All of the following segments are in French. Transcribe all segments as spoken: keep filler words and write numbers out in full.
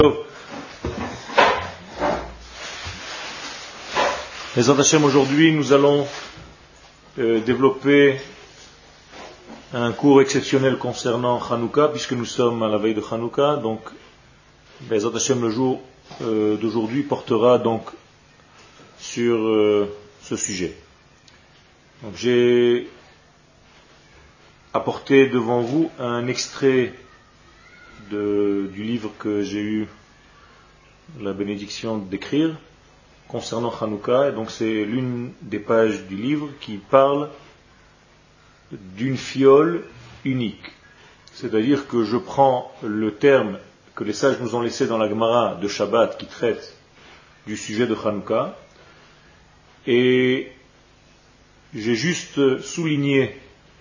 Bezrat Hashem, aujourd'hui nous allons euh, développer un cours exceptionnel concernant Hanouka, puisque nous sommes à la veille de Hanouka. Donc Bezrat Hashem, le jour euh, d'aujourd'hui portera donc sur euh, ce sujet. Donc, j'ai apporté devant vous un extrait de, du livre que j'ai eu la bénédiction d'écrire concernant Hanouka. Et donc c'est l'une des pages du livre qui parle d'une fiole unique. C'est-à-dire que je prends le terme que les sages nous ont laissé dans la Gemara de Shabbat qui traite du sujet de Hanouka, et j'ai juste souligné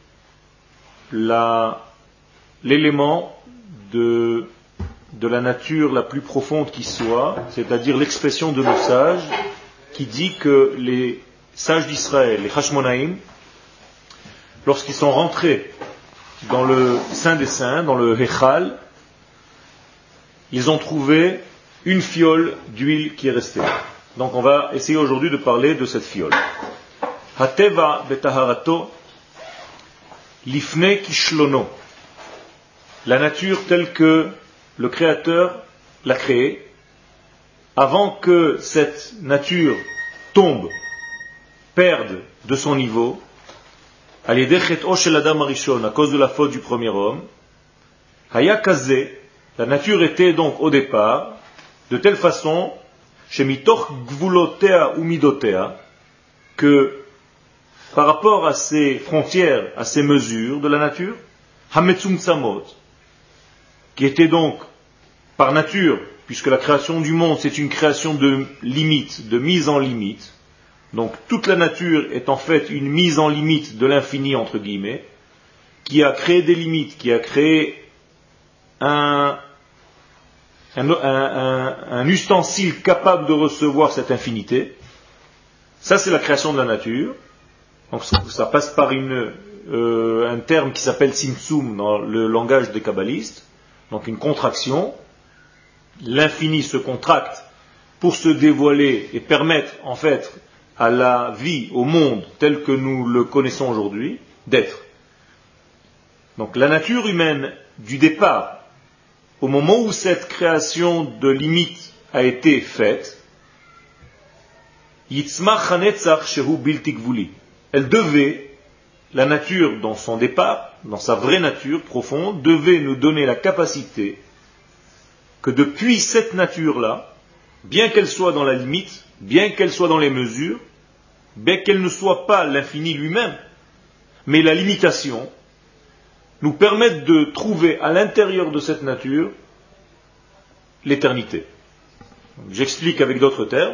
la, l'élément de, de la nature la plus profonde qui soit, c'est-à-dire l'expression de nos sages qui dit que les sages d'Israël, les Hashmonaïm, lorsqu'ils sont rentrés dans le Saint des Saints, dans le Hechal, ils ont trouvé une fiole d'huile qui est restée. Donc on va essayer aujourd'hui de parler de cette fiole. Hateva betaharato lifne kishlono. La nature telle que le Créateur l'a créée, avant que cette nature tombe, perde de son niveau, à cause de la faute du premier homme, hayakaze, la nature était donc au départ de telle façon, shemitoch gvulotea ou midotea, que par rapport à ces frontières, à ces mesures de la nature, hametzumtzamot, qui était donc par nature, puisque la création du monde c'est une création de limite, de mise en limite, donc toute la nature est en fait une mise en limite de l'infini entre guillemets, qui a créé des limites, qui a créé un, un, un, un, un ustensile capable de recevoir cette infinité. Ça c'est la création de la nature. Donc ça passe par une, euh, un terme qui s'appelle Tzimtzum dans le langage des kabbalistes, donc une contraction. L'infini se contracte pour se dévoiler et permettre en fait à la vie, au monde tel que nous le connaissons aujourd'hui, d'être. Donc la nature humaine du départ, au moment où cette création de limite a été faite, Yitzmach hanetzach shehu bilti gvuli. Elle devait, la nature dans son départ, dans sa vraie nature profonde, devait nous donner la capacité que depuis cette nature-là, bien qu'elle soit dans la limite, bien qu'elle soit dans les mesures, bien qu'elle ne soit pas l'infini lui-même, mais la limitation, nous permettent de trouver à l'intérieur de cette nature l'éternité. J'explique avec d'autres termes.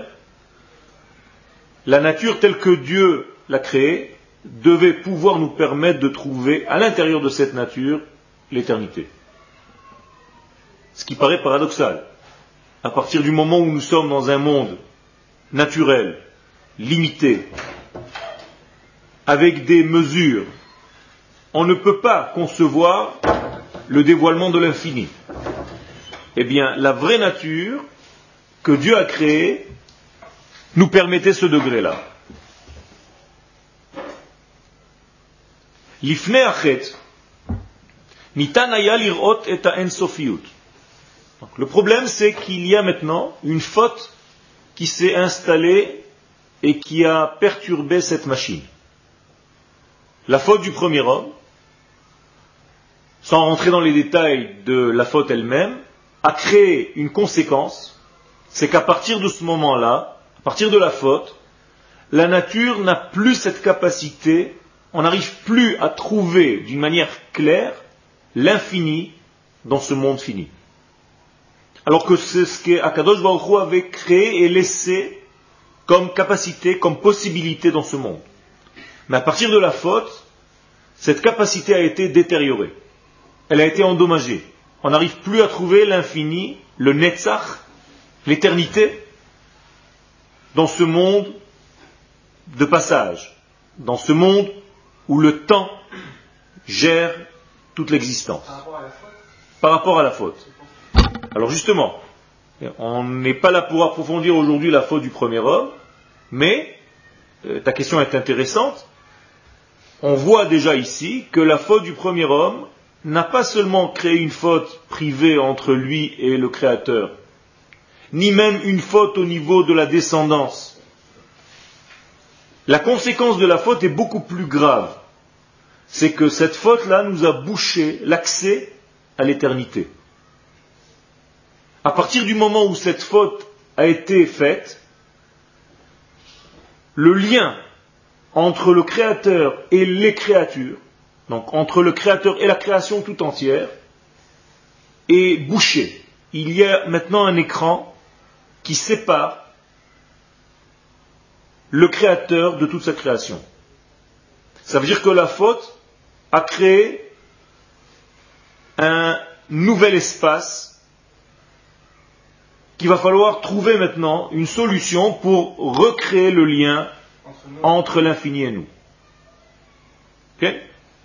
La nature telle que Dieu l'a créée devait pouvoir nous permettre de trouver à l'intérieur de cette nature l'éternité. Ce qui paraît paradoxal. À partir du moment où nous sommes dans un monde naturel, limité, avec des mesures, on ne peut pas concevoir le dévoilement de l'infini. Eh bien, la vraie nature que Dieu a créée nous permettait ce degré-là. Lifnei achet, nitan haya lirot et ha'en-sofiyut. Le problème, c'est qu'il y a maintenant une faute qui s'est installée et qui a perturbé cette machine. La faute du premier homme, sans rentrer dans les détails de la faute elle-même, a créé une conséquence, c'est qu'à partir de ce moment-là, à partir de la faute, la nature n'a plus cette capacité, on n'arrive plus à trouver d'une manière claire l'infini dans ce monde fini. Alors que c'est ce qu'Akadosh Baruch Hu avait créé et laissé comme capacité, comme possibilité dans ce monde. Mais à partir de la faute, cette capacité a été détériorée. Elle a été endommagée. On n'arrive plus à trouver l'infini, le Netzach, l'éternité, dans ce monde de passage, dans ce monde où le temps gère toute l'existence. Par rapport à la faute. Par rapport à la faute. Alors justement, On n'est pas là pour approfondir aujourd'hui la faute du premier homme, mais euh, ta question est intéressante. On voit déjà ici que la faute du premier homme n'a pas seulement créé une faute privée entre lui et le Créateur, ni même une faute au niveau de la descendance. La conséquence de la faute est beaucoup plus grave. C'est que cette faute-là nous a bouché l'accès à l'éternité. À partir du moment où cette faute a été faite, le lien entre le Créateur et les créatures, donc entre le Créateur et la création tout entière, est bouché. Il y a maintenant un écran qui sépare le Créateur de toute sa création. Ça veut dire que la faute a créé un nouvel espace qu'il va falloir trouver maintenant une solution pour recréer le lien entre l'infini et nous. Okay?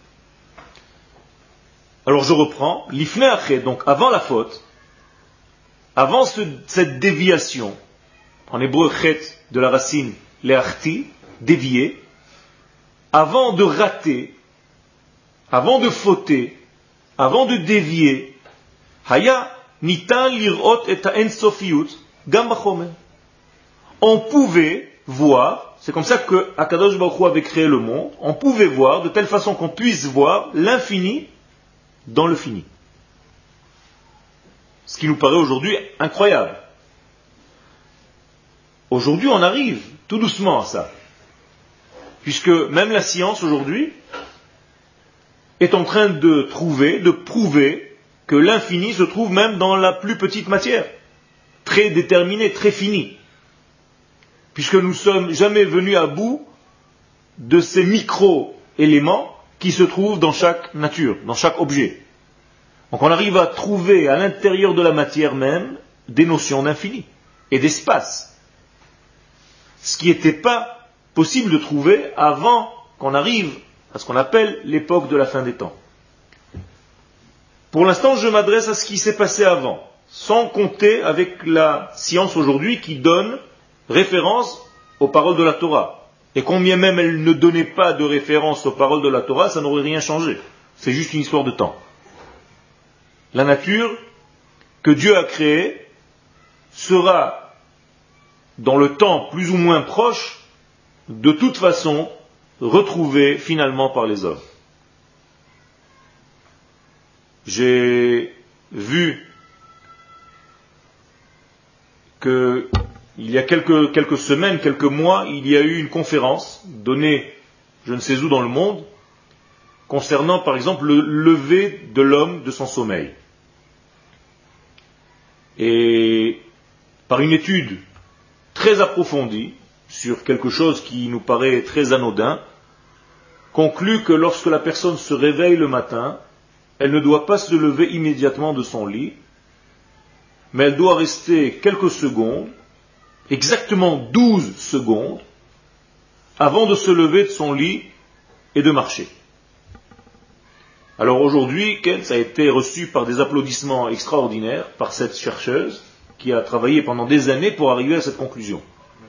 Alors je reprends. L'ifne achet, donc avant la faute, avant ce, cette déviation, en hébreu chet de la racine leachti, dévier, avant de rater, avant de fauter, avant de dévier, haya nitan lirot et ha'ensofiyut gam bachomer. On pouvait voir, c'est comme ça que Akadosh Baruch Hu avait créé le monde, on pouvait voir de telle façon qu'on puisse voir l'infini dans le fini. Ce qui nous paraît aujourd'hui incroyable. Aujourd'hui, on arrive tout doucement à ça. Puisque même la science aujourd'hui est en train de trouver, de prouver que l'infini se trouve même dans la plus petite matière, très déterminée, très finie. Puisque nous ne sommes jamais venus à bout de ces micro-éléments qui se trouvent dans chaque nature, dans chaque objet. Donc on arrive à trouver à l'intérieur de la matière même des notions d'infini et d'espace. Ce qui n'était pas possible de trouver avant qu'on arrive à ce qu'on appelle l'époque de la fin des temps. Pour l'instant, je m'adresse à ce qui s'est passé avant, sans compter avec la science aujourd'hui qui donne référence aux paroles de la Torah. Et combien même elle ne donnait pas de référence aux paroles de la Torah, ça n'aurait rien changé. C'est juste une histoire de temps. La nature que Dieu a créée sera, dans le temps plus ou moins proche, de toute façon, retrouvée finalement par les hommes. J'ai vu que il y a quelques, quelques semaines, quelques mois, il y a eu une conférence donnée, je ne sais où dans le monde, concernant par exemple le lever de l'homme de son sommeil. Et par une étude très approfondie sur quelque chose qui nous paraît très anodin, conclut que lorsque la personne se réveille le matin, elle ne doit pas se lever immédiatement de son lit, mais elle doit rester quelques secondes, exactement douze secondes, avant de se lever de son lit et de marcher. Alors aujourd'hui, ça a été reçu par des applaudissements extraordinaires par cette chercheuse qui a travaillé pendant des années pour arriver à cette conclusion.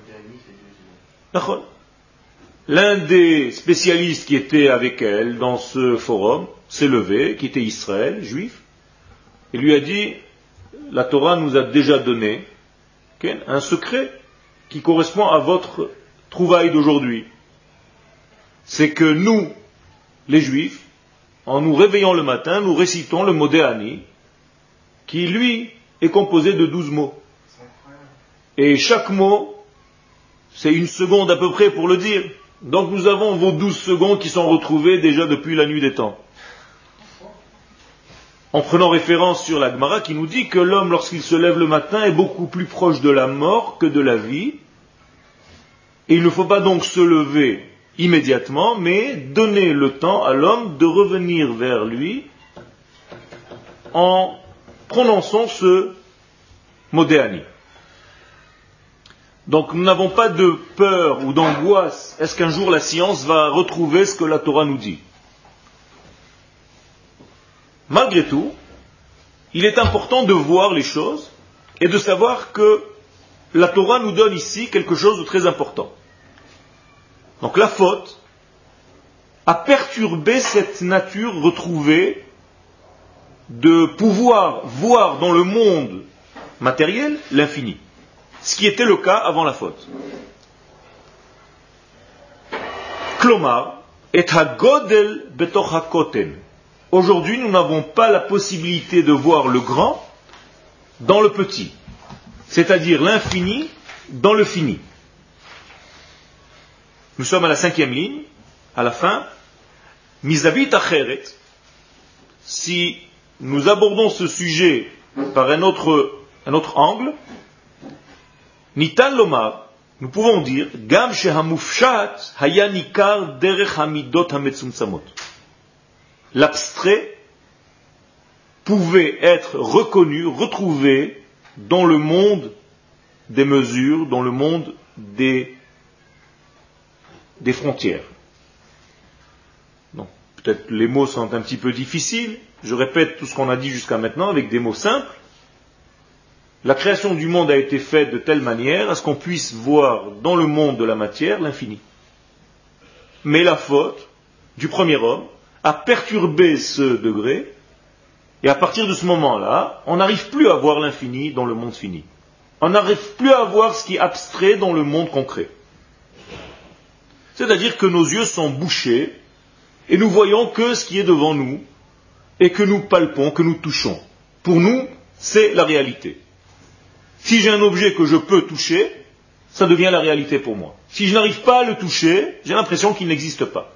L'un des spécialistes qui était avec elle dans ce forum s'est levé, qui était Israël, juif, et lui a dit, la Torah nous a déjà donné un secret qui correspond à votre trouvaille d'aujourd'hui. C'est que nous, les juifs, en nous réveillant le matin, nous récitons le Modéani, qui lui est composé de douze mots. Et chaque mot, c'est une seconde à peu près pour le dire. Donc nous avons vos douze secondes qui sont retrouvées déjà depuis la nuit des temps. En prenant référence sur la Gemara qui nous dit que l'homme, lorsqu'il se lève le matin, est beaucoup plus proche de la mort que de la vie. Et il ne faut pas donc se lever immédiatement, mais donner le temps à l'homme de revenir vers lui en prononçant ce Modéani. Donc nous n'avons pas de peur ou d'angoisse. Est-ce qu'un jour la science va retrouver ce que la Torah nous dit? Malgré tout, il est important de voir les choses est de savoir que la Torah nous donne ici quelque chose de très important. Donc la faute a perturbé cette nature retrouvée de pouvoir voir dans le monde matériel l'infini, ce qui était le cas avant la faute. Klomar et hagodel betoch hakoten. Aujourd'hui, nous n'avons pas la possibilité de voir le grand dans le petit, c'est-à-dire l'infini dans le fini. Nous sommes à la cinquième ligne, à la fin. Mizavit acheret. Si nous abordons ce sujet par un autre, un autre angle, Nitan lomar, nous pouvons dire, Gam shehamufshat haya nikar derech hamidot hametzumtzamot. L'abstrait pouvait être reconnu, retrouvé dans le monde des mesures, dans le monde des, des frontières. Donc, peut-être les mots sont un petit peu difficiles. Je répète tout ce qu'on a dit jusqu'à maintenant avec des mots simples. La création du monde a été faite de telle manière à ce qu'on puisse voir dans le monde de la matière l'infini. Mais la faute du premier homme a perturbé ce degré, et à partir de ce moment-là, on n'arrive plus à voir l'infini dans le monde fini. On n'arrive plus à voir ce qui est abstrait dans le monde concret. C'est-à-dire que nos yeux sont bouchés, et nous voyons que ce qui est devant nous, et que nous palpons, que nous touchons. Pour nous, c'est la réalité. Si j'ai un objet que je peux toucher, ça devient la réalité pour moi. Si je n'arrive pas à le toucher, j'ai l'impression qu'il n'existe pas.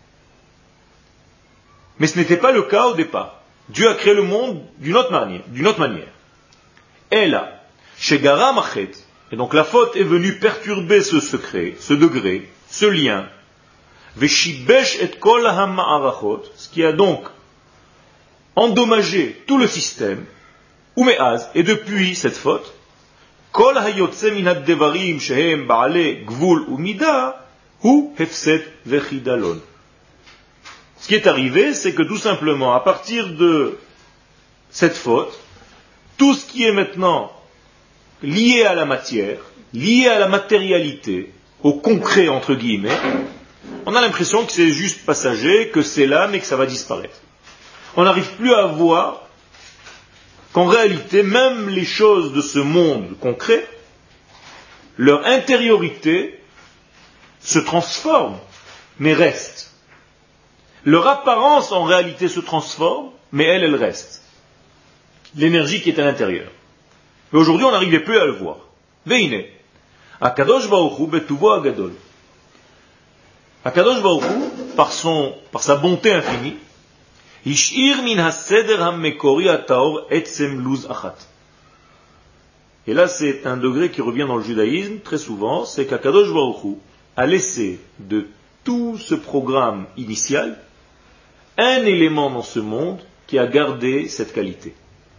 Mais ce n'était pas le cas au départ. Dieu a créé le monde d'une autre manière. D'une autre manière. Et là, chez Gara Machet, et donc la faute est venue perturber ce secret, ce degré, ce lien, Veshibesh et kol ha'ma'arachot, ce qui a donc endommagé tout le système, Umeaz, et depuis cette faute, Kol hayotze min haddevarim shehem ba'ale gvul umida, hu hefset vechidalon. Ce qui est arrivé, c'est que tout simplement, à partir de cette faute, tout ce qui est maintenant lié à la matière, lié à la matérialité, au concret entre guillemets, on a l'impression que c'est juste passager, que c'est là, mais que ça va disparaître. On n'arrive plus à voir qu'en réalité, même les choses de ce monde concret, leur intériorité se transforme, mais reste. Leur apparence en réalité se transforme, mais elle, elle reste. L'énergie qui est à l'intérieur. Mais aujourd'hui, on n'arrivait plus à le voir. Veine, Akadosh Baruch Hu betuvo agadol. Akadosh Baruch Hu, par son, par sa bonté infinie, Ishir min haseder hammekori ataor etzem luz achat. Et là, c'est un degré qui revient dans le judaïsme très souvent, c'est qu'Akadosh Baruch Hu a laissé de tout ce programme initial un élément dans ce monde qui a gardé cette qualité.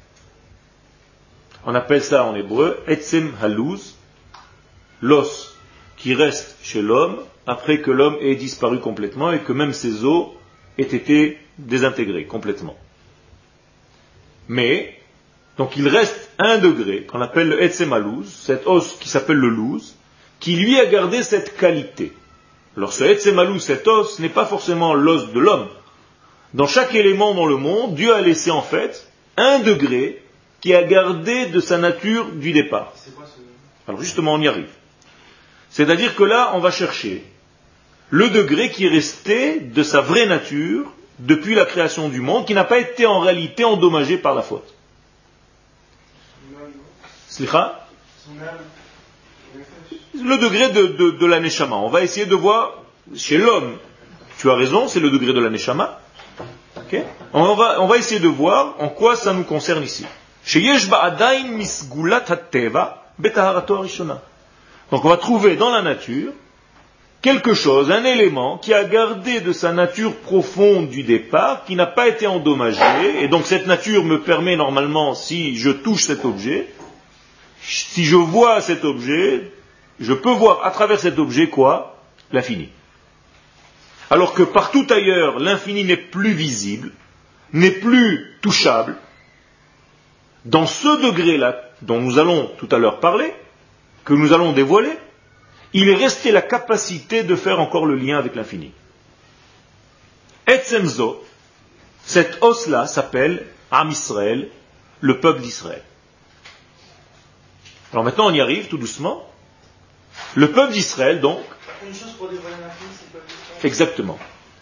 On appelle ça en hébreu etzem haluz, l'os qui reste chez l'homme après que l'homme ait disparu complètement et que même ses os aient été désintégrés complètement. Mais, donc il reste un degré qu'on appelle le etzem haluz, cet os qui s'appelle le luz, qui lui a gardé cette qualité. Alors ce etzem haluz, cet os, n'est pas forcément l'os de l'homme. Dans chaque élément dans le monde, Dieu a laissé en fait un degré qui a gardé de sa nature du départ. C'est quoi ce... Alors justement, on y arrive. C'est-à-dire que là, on va chercher le degré qui est resté de sa vraie nature depuis la création du monde, qui n'a pas été en réalité endommagé par la faute. Slicha ? Le degré de, de, de la neshama. On va essayer de voir chez l'homme. Tu as raison, c'est le degré de la neshama. Okay. On, va, on va essayer de voir en quoi ça nous concerne ici. Donc on va trouver dans la nature quelque chose, un élément qui a gardé de sa nature profonde du départ, qui n'a pas été endommagé, et donc cette nature me permet normalement, si je touche cet objet, si je vois cet objet, je peux voir à travers cet objet quoi ? L'infini. Alors que partout ailleurs, l'infini n'est plus visible, n'est plus touchable. Dans ce degré-là, dont nous allons tout à l'heure parler, que nous allons dévoiler, il est resté la capacité de faire encore le lien avec l'infini. Etzemzo, cet os-là s'appelle Am Israël, le peuple d'Israël. Alors maintenant on y arrive tout doucement. Le peuple d'Israël donc... Une chose pour dévoiler l'infini, c'est le peuple d'Israël. Exactement.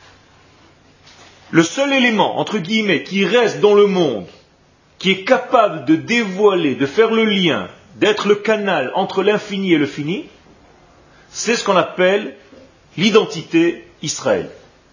Le seul élément, entre guillemets, qui reste dans le monde, qui est capable de dévoiler, de faire le lien, d'être le canal entre l'infini et le fini, c'est ce qu'on appelle l'identité Israël.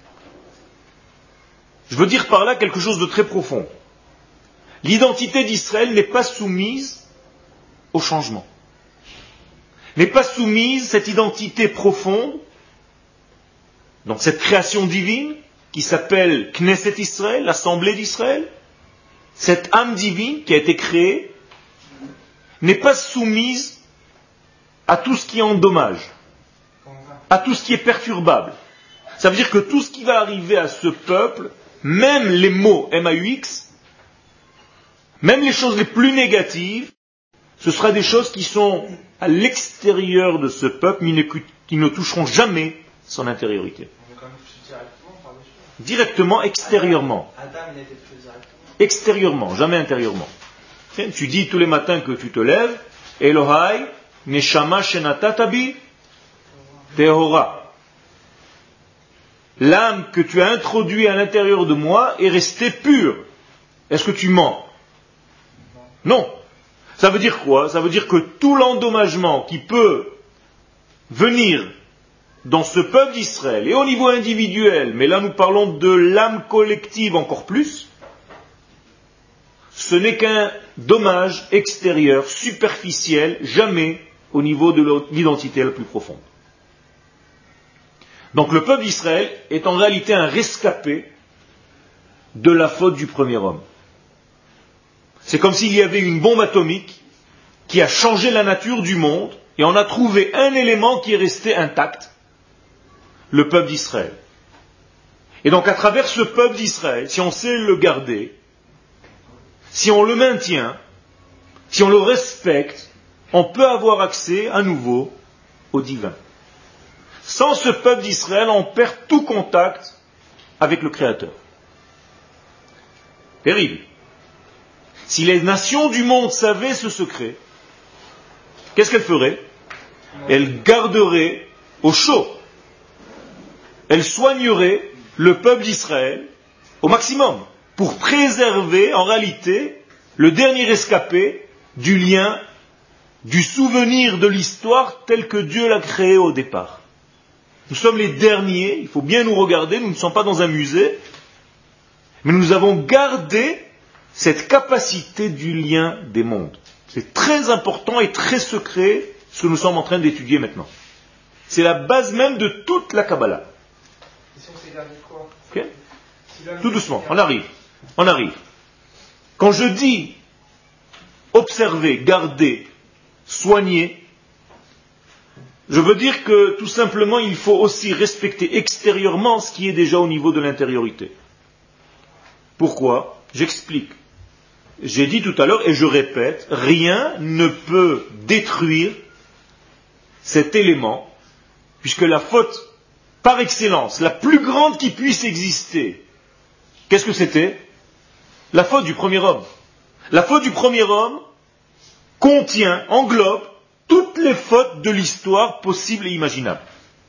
Je veux dire par là quelque chose de très profond. L'identité d'Israël n'est pas soumise au changement. N'est pas soumise, cette identité profonde, donc cette création divine, qui s'appelle Knesset Israël, l'Assemblée d'Israël, cette âme divine qui a été créée, n'est pas soumise à tout ce qui endommage, à tout ce qui est perturbable. Ça veut dire que tout ce qui va arriver à ce peuple, même les mots M A U X, même les choses les plus négatives, ce sera des choses qui sont à l'extérieur de ce peuple, mais qui ne toucheront jamais son intériorité. Directement, extérieurement. Adam, il a été touché directement. Extérieurement, jamais intérieurement. Tu dis tous les matins que tu te lèves, Elohai, Neshama Shenatatabi, Tehora. L'âme que tu as introduite à l'intérieur de moi est restée pure. Est-ce que tu mens? Non. Ça veut dire quoi? Ça veut dire que tout l'endommagement qui peut venir dans ce peuple d'Israël, et au niveau individuel, mais là nous parlons de l'âme collective encore plus, ce n'est qu'un dommage extérieur, superficiel, jamais au niveau de l'identité la plus profonde. Donc le peuple d'Israël est en réalité un rescapé de la faute du premier homme. C'est comme s'il y avait une bombe atomique qui a changé la nature du monde, et on a trouvé un élément qui est resté intact, le peuple d'Israël. Et donc à travers ce peuple d'Israël, si on sait le garder, si on le maintient, si on le respecte, on peut avoir accès à nouveau au divin. Sans ce peuple d'Israël, on perd tout contact avec le Créateur. Terrible. Si les nations du monde savaient ce secret, qu'est-ce qu'elles feraient? Elles garderaient au chaud. Elle soignerait le peuple d'Israël au maximum pour préserver en réalité le dernier rescapé du lien, du souvenir de l'histoire tel que Dieu l'a créé au départ. Nous sommes les derniers, il faut bien nous regarder, nous ne sommes pas dans un musée, mais nous avons gardé cette capacité du lien des mondes. C'est très important et très secret ce que nous sommes en train d'étudier maintenant. C'est la base même de toute la Kabbalah. Si on s'est gardé quoi? Okay. Tout doucement, on arrive. On arrive. Quand je dis observer, garder, soigner, je veux dire que tout simplement il faut aussi respecter extérieurement ce qui est déjà au niveau de l'intériorité. Pourquoi? J'explique. J'ai dit tout à l'heure et je répète, rien ne peut détruire cet élément, puisque la faute par excellence, la plus grande qui puisse exister, qu'est-ce que c'était? La faute du premier homme. La faute du premier homme contient, englobe toutes les fautes de l'histoire possibles et imaginables.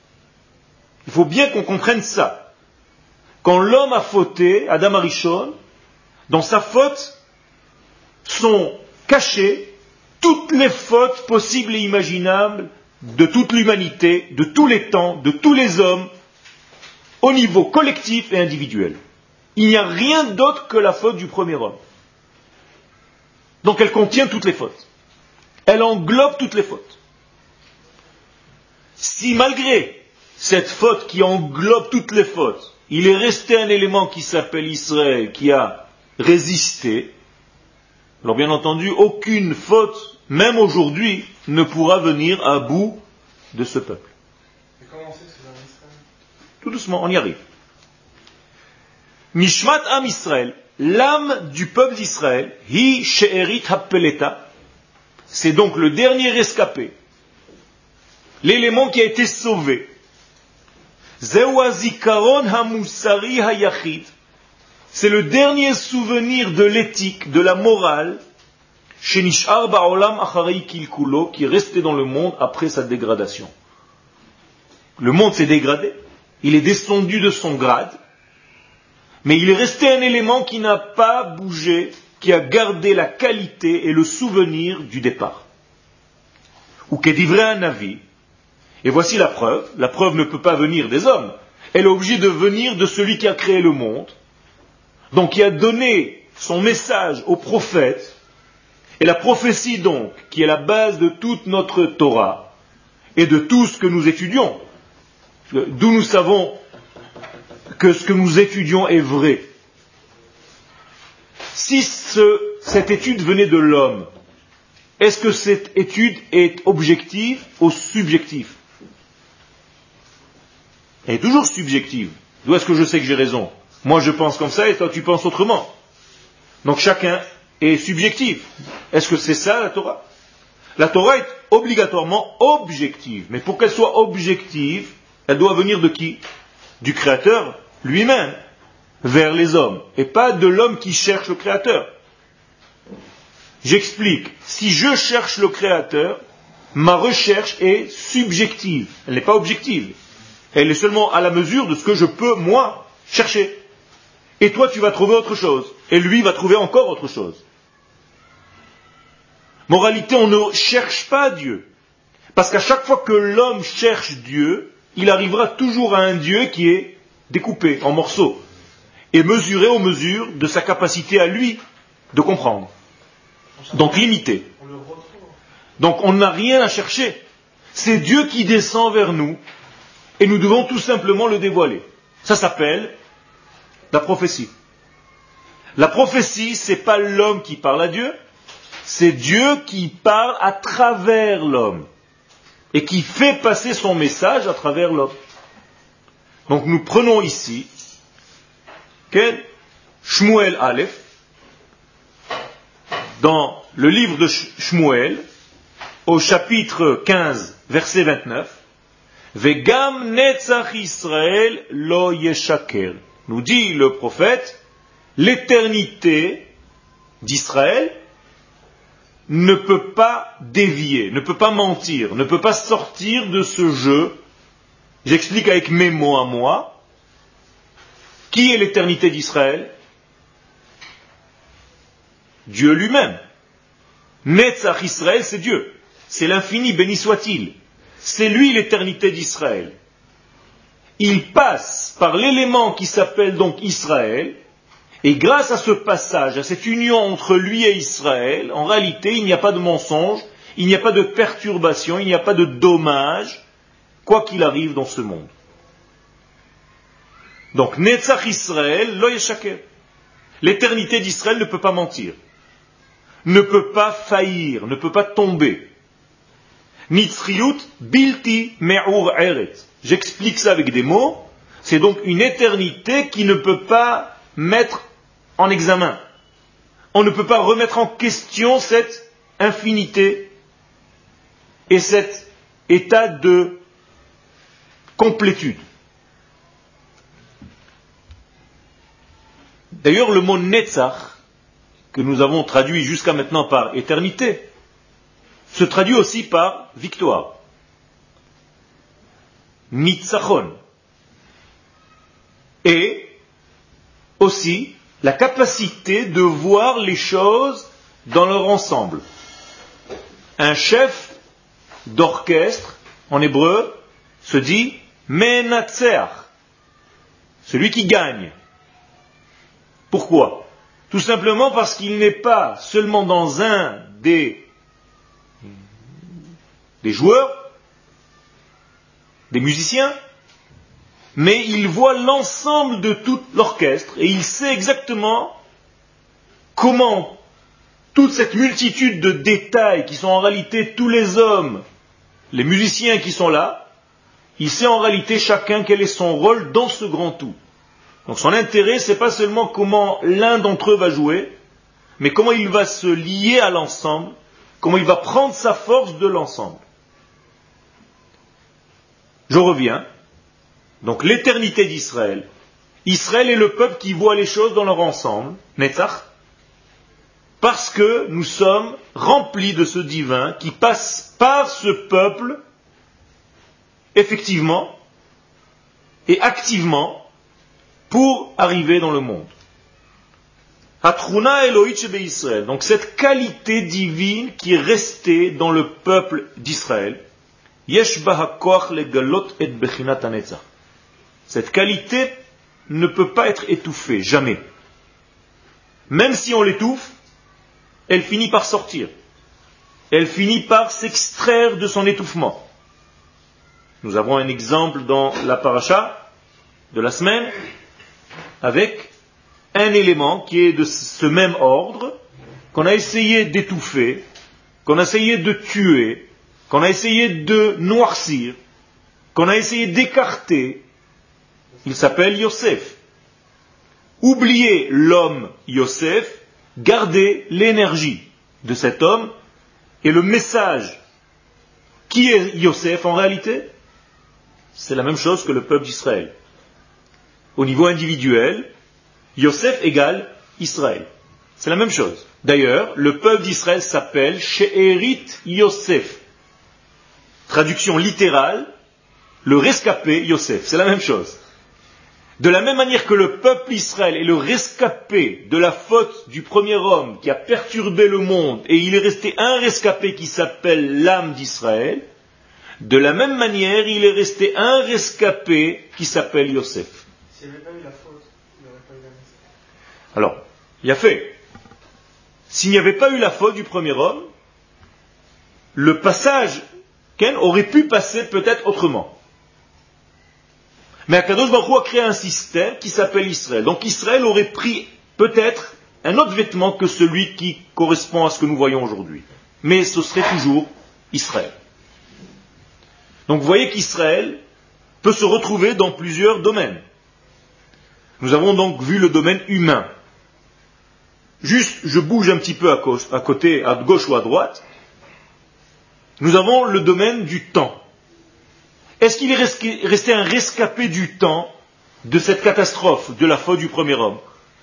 Il faut bien qu'on comprenne ça. Quand l'homme a fauté, Adam Arishon, dans sa faute sont cachées toutes les fautes possibles et imaginables de toute l'humanité, de tous les temps, de tous les hommes, au niveau collectif et individuel. Il n'y a rien d'autre que la faute du premier homme. Donc elle contient toutes les fautes. Elle englobe toutes les fautes. Si malgré cette faute qui englobe toutes les fautes, il est resté un élément qui s'appelle Israël, qui a résisté, alors bien entendu, aucune faute, même aujourd'hui, ne pourra venir à bout de ce peuple. Mais comment on sait que c'est dans Israël? Tout doucement, on y arrive. Nishmat Am Israël, l'âme du peuple d'Israël, hi she'erit hapeleta, c'est donc le dernier rescapé, l'élément qui a été sauvé. Zeu hazikaron hamusari hayachid, c'est le dernier souvenir de l'éthique, de la morale, shenishar ba'olam acharei kilkulo, qui est resté dans le monde après sa dégradation. Le monde s'est dégradé, il est descendu de son grade, mais il est resté un élément qui n'a pas bougé, qui a gardé la qualité et le souvenir du départ. Ou qu'est-divré un avis. Et voici la preuve. La preuve ne peut pas venir des hommes. Elle est obligée de venir de celui qui a créé le monde. Donc qui a donné son message aux prophètes. Et la prophétie donc, qui est la base de toute notre Torah, et de tout ce que nous étudions, d'où nous savons que ce que nous étudions est vrai. Si ce, cette étude venait de l'homme, est-ce que cette étude est objective ou subjective? Elle est toujours subjective. D'où est-ce que je sais que j'ai raison? Moi je pense comme ça et toi tu penses autrement. Donc chacun est subjectif. Est-ce que c'est ça la Torah? La Torah est obligatoirement objective. Mais pour qu'elle soit objective, elle doit venir de qui? Du Créateur lui-même, vers les hommes, et pas de l'homme qui cherche le Créateur. J'explique. Si je cherche le Créateur, ma recherche est subjective. Elle n'est pas objective. Elle est seulement à la mesure de ce que je peux, moi, chercher. Et toi, tu vas trouver autre chose. Et lui va trouver encore autre chose. Moralité, on ne cherche pas Dieu. Parce qu'à chaque fois que l'homme cherche Dieu, il arrivera toujours à un Dieu qui est découpé en morceaux et mesuré aux mesures de sa capacité à lui de comprendre. Donc limité. Donc on n'a rien à chercher. C'est Dieu qui descend vers nous et nous devons tout simplement le dévoiler. Ça s'appelle la prophétie. La prophétie, c'est pas l'homme qui parle à Dieu, c'est Dieu qui parle à travers l'homme et qui fait passer son message à travers l'homme. Donc nous prenons ici quel Shmuel Aleph, dans le livre de Shmuel, au chapitre quinze, verset vingt-neuf, Vegam netzach Israël lo yeshaker. Nous dit le prophète, l'éternité d'Israël ne peut pas dévier, ne peut pas mentir, ne peut pas sortir de ce jeu. J'explique avec mes mots à moi. Qui est l'éternité d'Israël? Dieu lui-même. Netzach Israël, c'est Dieu. C'est l'infini, béni soit-il. C'est lui l'éternité d'Israël. Il passe par l'élément qui s'appelle donc Israël, et grâce à ce passage, à cette union entre lui et Israël, en réalité, il n'y a pas de mensonge, il n'y a pas de perturbation, il n'y a pas de dommage, quoi qu'il arrive dans ce monde. Donc, Netzach Israël, lo yeshaker. L'éternité d'Israël ne peut pas mentir, ne peut pas faillir, ne peut pas tomber. Nitzriut bilti me'ur eret. J'explique ça avec des mots. C'est donc une éternité qui ne peut pas mettre en examen. On ne peut pas remettre en question cette infinité et cet état de complétude. D'ailleurs, le mot Netzach, que nous avons traduit jusqu'à maintenant par éternité, se traduit aussi par victoire. Nitzachon. Et aussi la capacité de voir les choses dans leur ensemble. Un chef d'orchestre, en hébreu, se dit Menatzer, celui qui gagne. Pourquoi? Tout simplement parce qu'il n'est pas seulement dans un des, des joueurs, des musiciens, mais il voit l'ensemble de tout l'orchestre et il sait exactement comment toute cette multitude de détails qui sont en réalité tous les hommes, les musiciens qui sont là, il sait en réalité chacun quel est son rôle dans ce grand tout. Donc son intérêt, c'est pas seulement comment l'un d'entre eux va jouer, mais comment il va se lier à l'ensemble comment il va prendre sa force de l'ensemble. Je reviens. Donc l'éternité d'Israël. Israël est le peuple qui voit les choses dans leur ensemble, Netzach, parce que nous sommes remplis de ce divin qui passe par ce peuple, effectivement et activement, pour arriver dans le monde. Hatruna Elohit Shebe Israël. Donc cette qualité divine qui est restée dans le peuple d'Israël. Yesh ba hakoach legalot et bechinat hanetzach. Cette qualité ne peut pas être étouffée, jamais. Même si on l'étouffe, elle finit par sortir. Elle finit par s'extraire de son étouffement. Nous avons un exemple dans la paracha de la semaine avec un élément qui est de ce même ordre, qu'on a essayé d'étouffer, qu'on a essayé de tuer, qu'on a essayé de noircir, qu'on a essayé d'écarter. Il s'appelle Yosef. Oubliez l'homme Yosef, gardez l'énergie de cet homme et le message. Qui est Yosef en réalité? C'est la même chose que le peuple d'Israël. Au niveau individuel, Yosef égale Israël. C'est la même chose. D'ailleurs, le peuple d'Israël s'appelle She'erit Yosef. Traduction littérale, le rescapé Yosef. C'est la même chose. De la même manière que le peuple Israël est le rescapé de la faute du premier homme qui a perturbé le monde, et il est resté un rescapé qui s'appelle l'âme d'Israël, de la même manière, il est resté un rescapé qui s'appelle Yosef. S'il n'y avait pas eu la faute, il n'y aurait pas eu la mise. Alors, il y a fait. S'il n'y avait pas eu la faute du premier homme, le passage Ken, aurait pu passer peut-être autrement. Mais Akadosh Baruch Hu a créé un système qui s'appelle Israël. Donc Israël aurait pris peut-être un autre vêtement que celui qui correspond à ce que nous voyons aujourd'hui. Mais ce serait toujours Israël. Donc vous voyez qu'Israël peut se retrouver dans plusieurs domaines. Nous avons donc vu le domaine humain. Juste, je bouge un petit peu à, co- à côté, à gauche ou à droite. Nous avons le domaine du temps. Est-ce qu'il est resté, resté un rescapé du temps de cette catastrophe, de la faute du premier homme?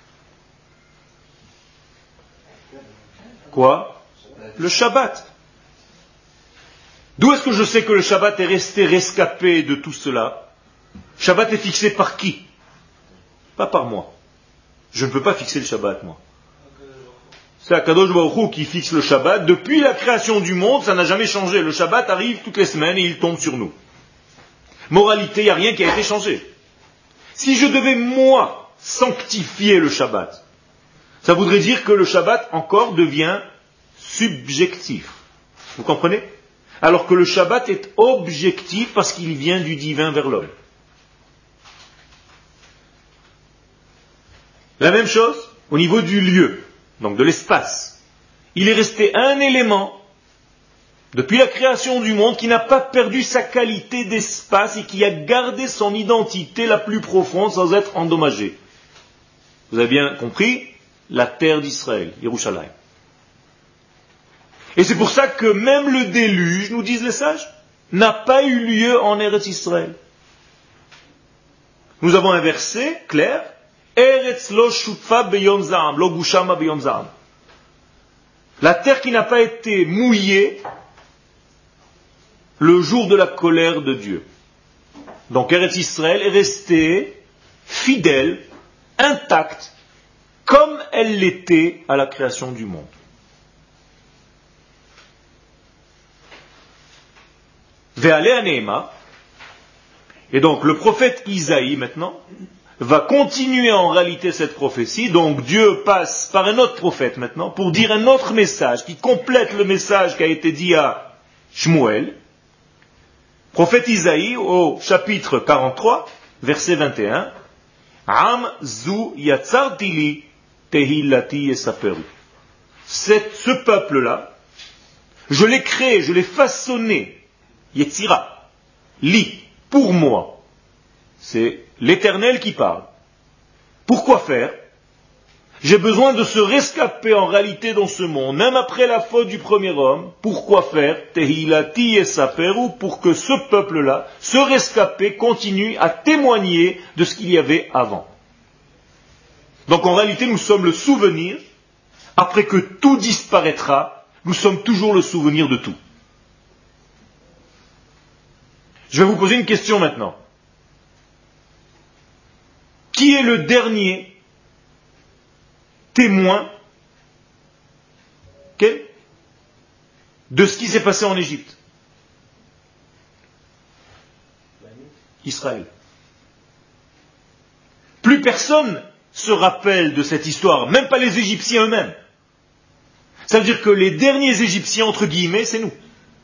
Quoi? Le Shabbat. D'où est-ce que je sais que le Shabbat est resté rescapé de tout cela? Shabbat est fixé par qui? Pas par moi. Je ne peux pas fixer le Shabbat, moi. C'est Akadosh Baruch Hu qui fixe le Shabbat. Depuis la création du monde, ça n'a jamais changé. Le Shabbat arrive toutes les semaines et il tombe sur nous. Moralité, il n'y a rien qui a été changé. Si je devais, moi, sanctifier le Shabbat, ça voudrait dire que le Shabbat encore devient subjectif. Vous comprenez? Alors que le Shabbat est objectif parce qu'il vient du divin vers l'homme. La même chose au niveau du lieu, donc de l'espace. Il est resté un élément depuis la création du monde qui n'a pas perdu sa qualité d'espace et qui a gardé son identité la plus profonde sans être endommagé. Vous avez bien compris? La terre d'Israël, Yerushalayim. Et c'est pour ça que même le déluge, nous disent les sages, n'a pas eu lieu en Eretz Israël. Nous avons un verset clair, Eretz lo shutfa beyom za'am, lo gushama beyom za'am. La terre qui n'a pas été mouillée le jour de la colère de Dieu. Donc Eretz Israël est restée fidèle, intacte, comme elle l'était à la création du monde. Ve'aleh Neema, et donc le prophète Isaïe maintenant va continuer en réalité cette prophétie. Donc Dieu passe par un autre prophète maintenant pour dire un autre message qui complète le message qui a été dit à Shmuel. Prophète Isaïe au chapitre quarante-trois, verset vingt et un. Am zu yatzartili tehillati esaperu. Ce peuple-là, je l'ai créé, je l'ai façonné. Yetzira, li, pour moi. C'est l'Éternel qui parle. Pourquoi faire? J'ai besoin de se rescaper en réalité dans ce monde, même après la faute du premier homme. Pourquoi faire? Tehilati et Saperu, pour que ce peuple-là, ce rescapé, continue à témoigner de ce qu'il y avait avant. Donc en réalité, nous sommes le souvenir, après que tout disparaîtra, nous sommes toujours le souvenir de tout. Je vais vous poser une question maintenant. Qui est le dernier témoin okay, de ce qui s'est passé en Égypte? Israël. Plus personne se rappelle de cette histoire, même pas les Égyptiens eux-mêmes. Ça veut dire que les derniers Égyptiens, entre guillemets, c'est nous.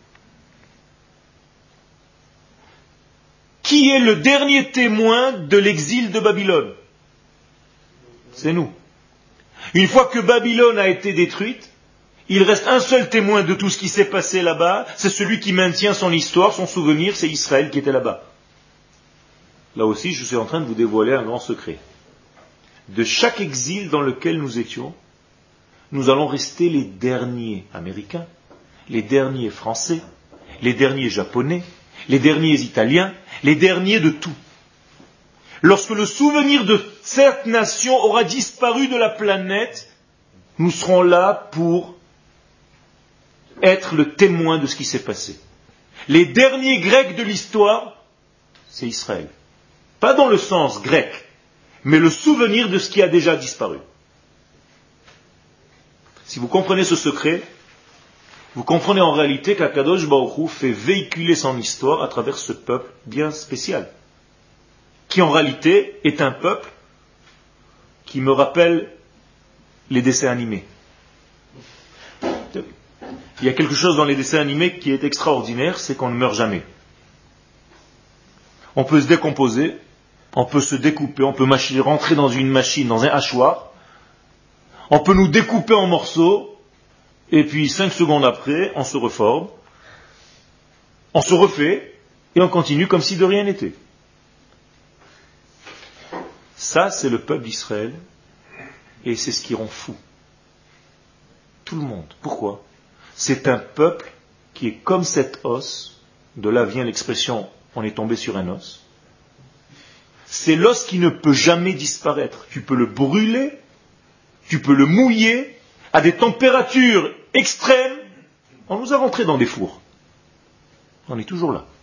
Qui est le dernier témoin de l'exil de Babylone? C'est nous. Une fois que Babylone a été détruite, il reste un seul témoin de tout ce qui s'est passé là-bas, c'est celui qui maintient son histoire, son souvenir, c'est Israël qui était là-bas. Là aussi, je suis en train de vous dévoiler un grand secret. De chaque exil dans lequel nous étions, nous allons rester les derniers Américains, les derniers Français, les derniers Japonais, les derniers Italiens, les derniers de tout. Lorsque le souvenir de cette nation aura disparu de la planète, nous serons là pour être le témoin de ce qui s'est passé. Les derniers Grecs de l'histoire, c'est Israël. Pas dans le sens grec, mais le souvenir de ce qui a déjà disparu. Si vous comprenez ce secret, vous comprenez en réalité qu'Akadosh Baruch Hu fait véhiculer son histoire à travers ce peuple bien spécial, qui en réalité est un peuple qui me rappelle les dessins animés. Il y a quelque chose dans les dessins animés qui est extraordinaire, c'est qu'on ne meurt jamais. On peut se décomposer, on peut se découper, on peut rentrer dans une machine, dans un hachoir, on peut nous découper en morceaux, et puis cinq secondes après, on se reforme, on se refait, et on continue comme si de rien n'était. Ça, c'est le peuple d'Israël, et c'est ce qui rend fou tout le monde. Pourquoi? C'est un peuple qui est comme cet os, de là vient l'expression « on est tombé sur un os ». C'est l'os qui ne peut jamais disparaître. Tu peux le brûler, tu peux le mouiller, à des températures extrêmes, on nous a rentrés dans des fours. On est toujours là.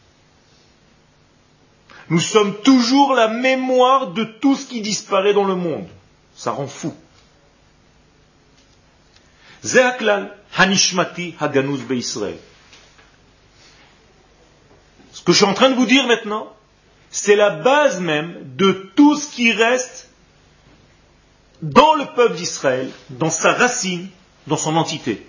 Nous sommes toujours la mémoire de tout ce qui disparaît dans le monde. Ça rend fou. Zehaklal hanishmati haganuz be'Israël. Ce que je suis en train de vous dire maintenant, c'est la base même de tout ce qui reste dans le peuple d'Israël, dans sa racine, dans son entité.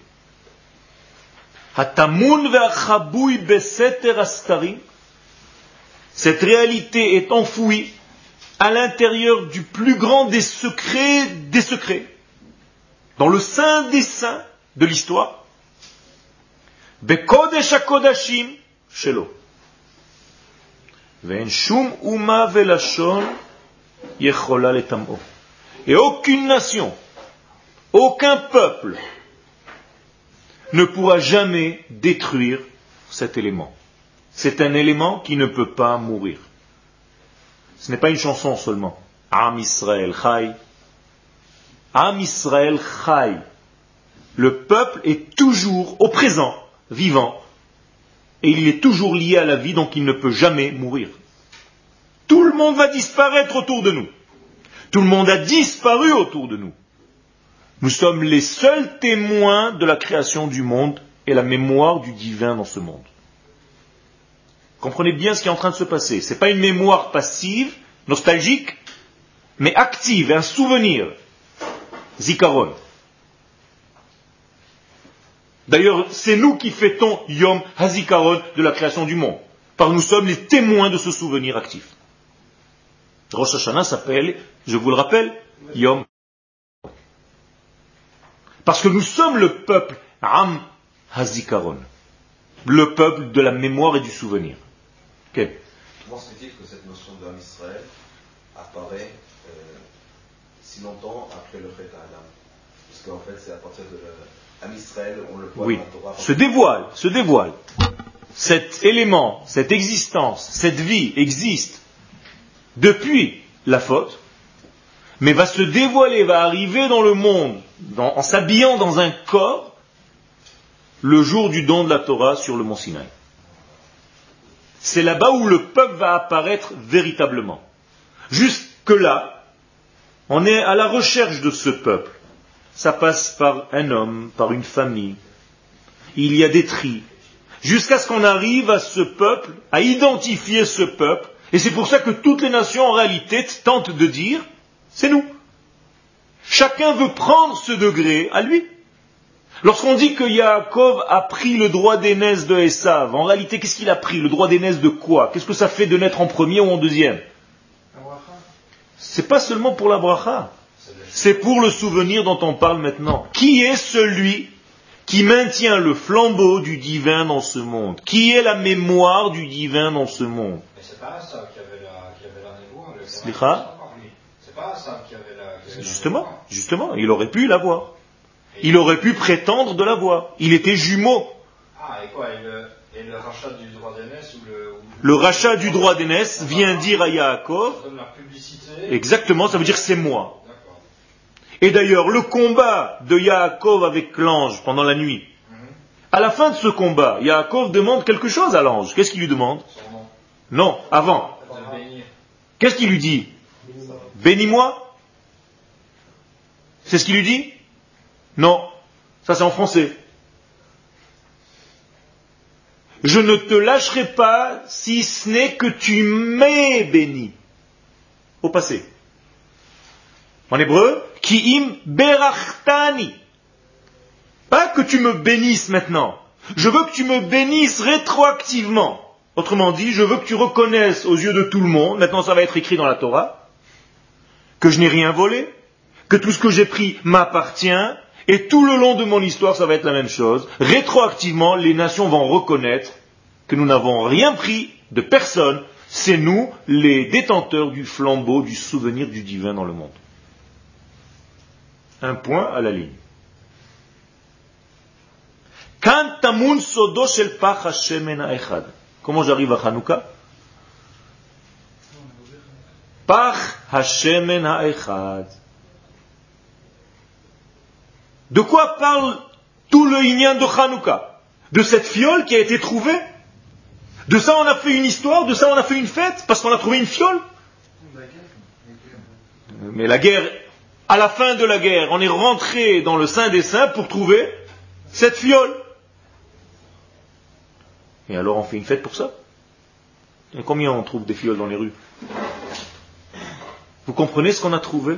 Hatamun ve'achabui beseter astarim. Cette réalité est enfouie à l'intérieur du plus grand des secrets des secrets, dans le sein des saints de l'histoire. Bekodesh hakodashim shelo. Ve'en shum uma ve'lashon yechola letam'o. Et aucune nation, aucun peuple ne pourra jamais détruire cet élément. C'est un élément qui ne peut pas mourir. Ce n'est pas une chanson seulement. Am Israël Chai. Am Israël Chai. Le peuple est toujours au présent, vivant, et il est toujours lié à la vie, donc il ne peut jamais mourir. Tout le monde va disparaître autour de nous. Tout le monde a disparu autour de nous. Nous sommes les seuls témoins de la création du monde et la mémoire du divin dans ce monde. Comprenez bien ce qui est en train de se passer. Ce n'est pas une mémoire passive, nostalgique, mais active, un souvenir. Zikaron. D'ailleurs, c'est nous qui fêtons Yom HaZikaron de la création du monde. Parce que nous sommes les témoins de ce souvenir actif. Rosh Hashanah s'appelle, je vous le rappelle, Yom. Parce que nous sommes le peuple Am HaZikaron. Le peuple de la mémoire et du souvenir. Okay. Comment se fait-il que cette notion d'Am Israël apparaît euh, si longtemps après le Chet Adam? Parce qu'en fait, c'est à partir de l'Am Israël, on le voit Oui, dans la Torah. se dévoile, se dévoile. Cet élément, cette existence, cette vie existe depuis la faute, mais va se dévoiler, va arriver dans le monde, dans, en s'habillant dans un corps, le jour du don de la Torah sur le mont Sinaï. C'est là-bas où le peuple va apparaître véritablement. Jusque-là, on est à la recherche de ce peuple. Ça passe par un homme, par une famille. Il y a des tris. Jusqu'à ce qu'on arrive à ce peuple, à identifier ce peuple. Et c'est pour ça que toutes les nations, en réalité, tentent de dire, c'est nous. Chacun veut prendre ce degré à lui. Lorsqu'on dit que Yaakov a pris le droit d'aînesse de Esav, en réalité, qu'est-ce qu'il a pris? Le droit d'aînesse de quoi? Qu'est-ce que ça fait de naître en premier ou en deuxième? C'est pas seulement pour la bracha. C'est pour le souvenir dont on parle maintenant. Qui est celui qui maintient le flambeau du divin dans ce monde? Qui est la mémoire du divin dans ce monde? Mais c'est pas ça qui avait la, qui avait la mémoire. Le Slicha. C'est pas ça qui avait la, qui avait Justement, la justement, il aurait pu l'avoir. Il aurait pu prétendre de l'avoir. Il était jumeau. Ah, et quoi? Et le, et le rachat du droit d'aînesse ou le... Ou Le rachat du droit d'aînesse vient dire à Yaakov, ça donne la publicité. exactement, ça veut dire c'est moi. D'accord. Et d'ailleurs, le combat de Yaakov avec l'ange pendant la nuit, Mhm. à la fin de ce combat, Yaakov demande quelque chose à l'ange. Qu'est-ce qu'il lui demande? Son nom. Non, avant. De bénir. Qu'est-ce qu'il lui dit? Bénis-moi. C'est ce qu'il lui dit? Non, ça c'est en français. Je ne te lâcherai pas si ce n'est que tu m'aies béni. Au passé. En hébreu, ki'im berachtani. Pas que tu me bénisses maintenant. Je veux que tu me bénisses rétroactivement. Autrement dit, je veux que tu reconnaisses aux yeux de tout le monde, maintenant ça va être écrit dans la Torah, que je n'ai rien volé, que tout ce que j'ai pris m'appartient, et tout le long de mon histoire, ça va être la même chose. Rétroactivement, les nations vont reconnaître que nous n'avons rien pris de personne. C'est nous, les détenteurs du flambeau, du souvenir du divin dans le monde. Un point à la ligne. Comment j'arrive à Hanouka? Pach Hashemen ha'echad. De quoi parle tout le inyan de Hanouka? De cette fiole qui a été trouvée? De ça on a fait une histoire? De ça on a fait une fête? Parce qu'on a trouvé une fiole? Mais la guerre, à la fin de la guerre, on est rentré dans le Saint des Saints pour trouver cette fiole. Et alors on fait une fête pour ça? Et combien on trouve des fioles dans les rues? Vous comprenez ce qu'on a trouvé?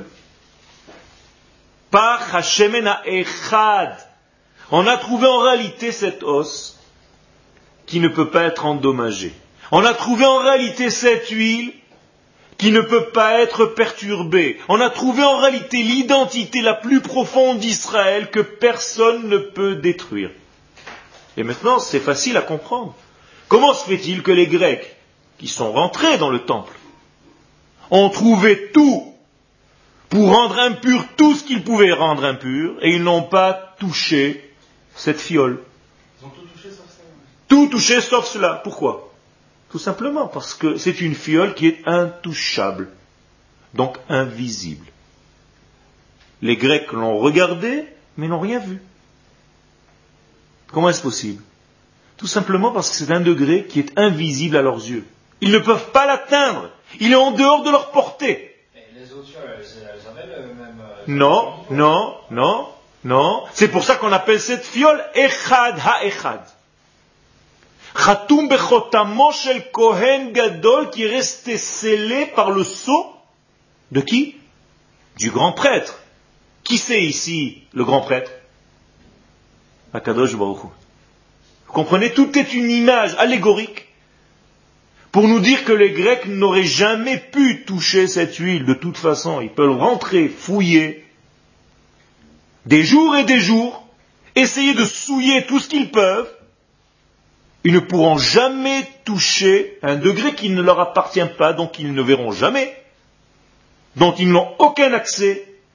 Par Hashemen ha'echad. On a trouvé en réalité cet os qui ne peut pas être endommagé. On a trouvé en réalité cette huile qui ne peut pas être perturbée. On a trouvé en réalité l'identité la plus profonde d'Israël que personne ne peut détruire. Et maintenant, c'est facile à comprendre. Comment se fait-il que les Grecs, qui sont rentrés dans le temple, ont trouvé tout pour rendre impur tout ce qu'ils pouvaient rendre impur, et ils n'ont pas touché cette fiole? Ils ont tout touché sauf ça. Tout touché sauf cela. Pourquoi? Tout simplement parce que c'est une fiole qui est intouchable, donc invisible. Les Grecs l'ont regardée, mais n'ont rien vu. Comment est-ce possible? Tout simplement parce que c'est un degré qui est invisible à leurs yeux. Ils ne peuvent pas l'atteindre. Il est en dehors de leur portée. Et les autres, elles, elles avaient le même... Non, non, non, non. C'est pour ça qu'on appelle cette fiole Echad ha-Echad. Chatoum bechotamo shel Kohen Gadol, qui est resté scellé par le sceau de qui? Du grand prêtre. Qui c'est ici le grand prêtre? Akadosh Baruch Hu. Vous comprenez? Tout est une image allégorique pour nous dire que les Grecs n'auraient jamais pu toucher cette huile de toute façon. Ils peuvent rentrer, fouiller, des jours et des jours, essayer de souiller tout ce qu'ils peuvent. Ils ne pourront jamais toucher un degré qui ne leur appartient pas, donc ils ne verront jamais, dont ils n'ont aucun accès,